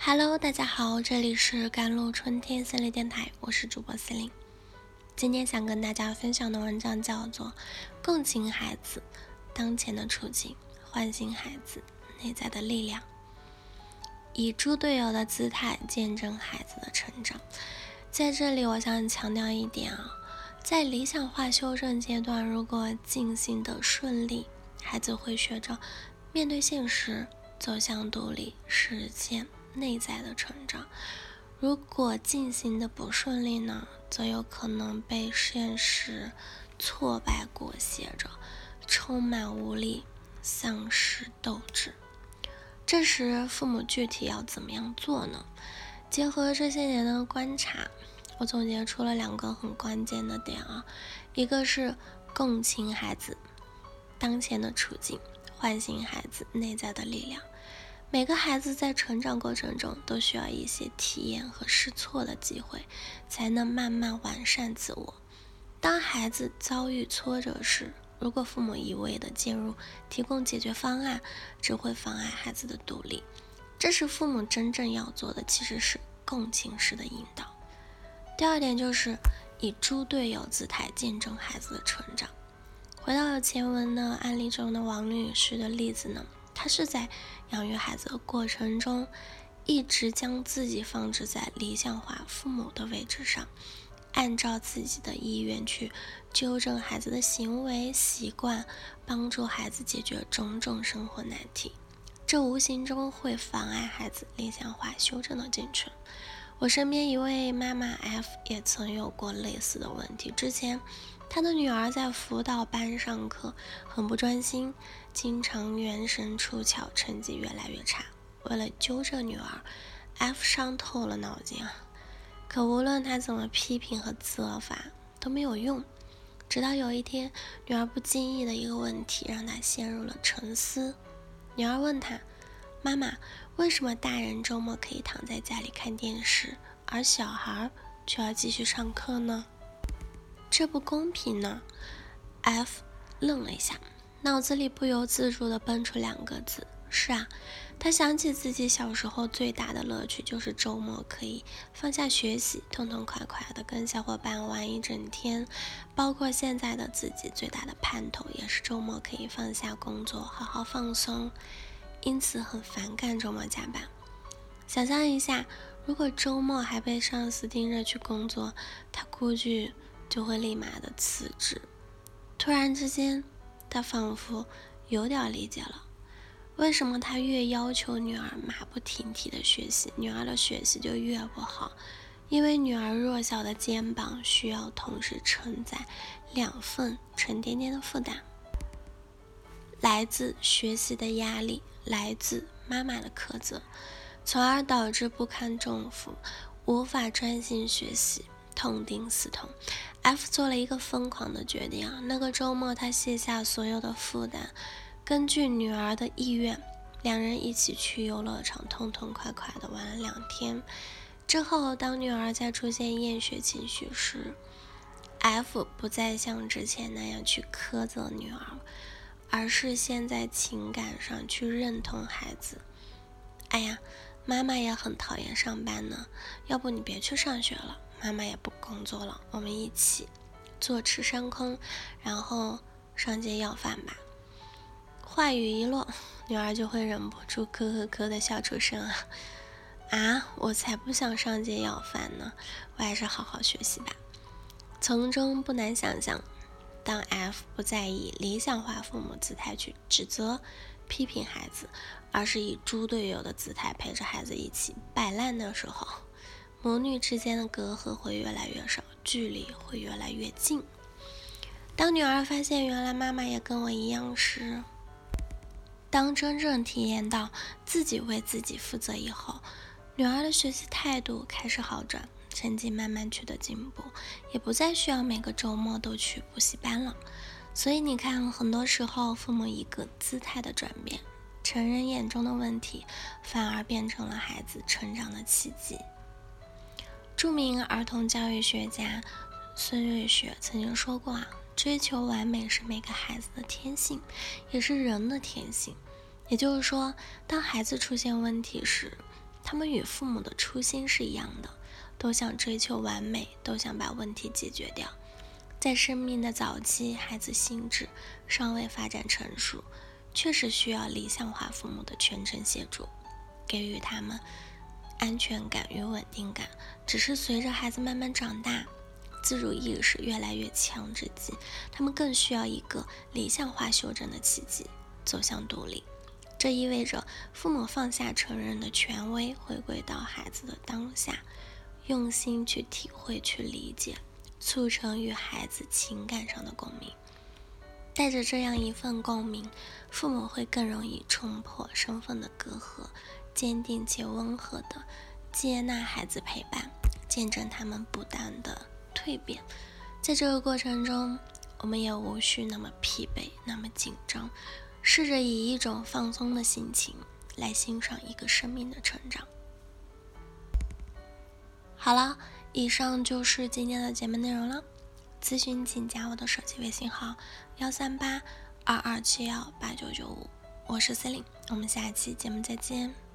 Hello，大家好，这里是甘露春天心理电台，我是主播思玲。今天想跟大家分享的文章叫做《共情孩子当前的处境，唤醒孩子内在的力量》，以猪队友的姿态见证孩子的成长。在这里我想强调一点在理想化修正阶段，如果进行的顺利，孩子会学着面对现实，走向独立，实现内在的成长。如果进行的不顺利呢，则有可能被现实挫败裹挟着，充满无力，丧失斗志。这时父母具体要怎么样做呢？结合这些年的观察，我总结出了2个很关键的点一个是共情孩子当前的处境，唤醒孩子内在的力量。每个孩子在成长过程中都需要一些体验和试错的机会，才能慢慢完善自我。当孩子遭遇挫折时，如果父母一味的介入，提供解决方案，只会妨碍孩子的独立。这时父母真正要做的其实是共情式的引导。第二点就是以猪队友姿态见证孩子的成长。回到前文的案例中的王女士的例子呢，她是在养育孩子的过程中，一直将自己放置在理想化父母的位置上，按照自己的意愿去纠正孩子的行为习惯，帮助孩子解决种种生活难题。这无形中会妨碍孩子理想化修正的进程。我身边一位妈妈 F 也曾有过类似的问题。之前她的女儿在辅导班上课很不专心，经常元神出窍，成绩越来越差。为了纠正女儿， F 伤透了脑筋可无论她怎么批评和责罚都没有用。直到有一天，女儿不经意的一个问题让她陷入了沉思。女儿问她，妈妈，为什么大人周末可以躺在家里看电视，而小孩却要继续上课呢？这不公平呢。 F 愣了一下，脑子里不由自主地蹦出2个字，是他想起自己小时候最大的乐趣就是周末可以放下学习，痛痛快快地跟小伙伴玩一整天，包括现在的自己最大的盼头也是周末可以放下工作，好好放松，因此很反感周末加班。想象一下，如果周末还被上司盯着去工作，他估计就会立马的辞职。突然之间，他仿佛有点理解了为什么他越要求女儿马不停蹄的学习，女儿的学习就越不好。因为女儿弱小的肩膀需要同时承载2份沉甸甸的负担，来自学习的压力，来自妈妈的苛责，从而导致不堪重负，无法专心学习，痛定思痛。 F 做了一个疯狂的决定那个周末他卸下所有的负担，根据女儿的意愿，2人一起去游乐场痛痛快快地玩了2天。之后当女儿在出现厌学情绪时， F 不再像之前那样去苛责女儿，而是先在情感上去认同孩子。哎呀，妈妈也很讨厌上班呢，要不你别去上学了，妈妈也不工作了，我们一起坐吃山空，然后上街要饭吧。话语一落，女儿就会忍不住咯咯咯的笑出声我才不想上街要饭呢，我还是好好学习吧。从中不难想象，当 F 不再以理想化父母姿态去指责批评孩子，而是以猪队友的姿态陪着孩子一起摆烂的时候，母女之间的隔阂会越来越少，距离会越来越近。当女儿发现原来妈妈也跟我一样时，当真正体验到自己为自己负责以后，女儿的学习态度开始好转，成绩慢慢取得进步，也不再需要每个周末都去补习班了。所以你看，很多时候父母一个姿态的转变，成人眼中的问题反而变成了孩子成长的契机。著名儿童教育学家孙瑞雪曾经说过追求完美是每个孩子的天性，也是人的天性。也就是说，当孩子出现问题时， 他们与父母的初心是一样的，都想追求完美，都想把问题解决掉。在生命的早期，孩子心智尚未发展成熟，确实需要理想化父母的全程协助，给予他们安全感与稳定感。只是随着孩子慢慢长大，自主意识越来越强之际，他们更需要一个理想化修正的契机，走向独立。这意味着父母放下成人的权威，回归到孩子的当下，用心去体会、去理解，促成与孩子情感上的共鸣。带着这样一份共鸣，父母会更容易冲破身份的隔阂，坚定且温和地接纳孩子陪伴，见证他们不断的蜕变。在这个过程中，我们也无需那么疲惫，那么紧张，试着以一种放松的心情来欣赏一个生命的成长。好了，以上就是今天的节目内容了。咨询请加我的手机微信号13822718995，我是Celine，我们下期节目再见。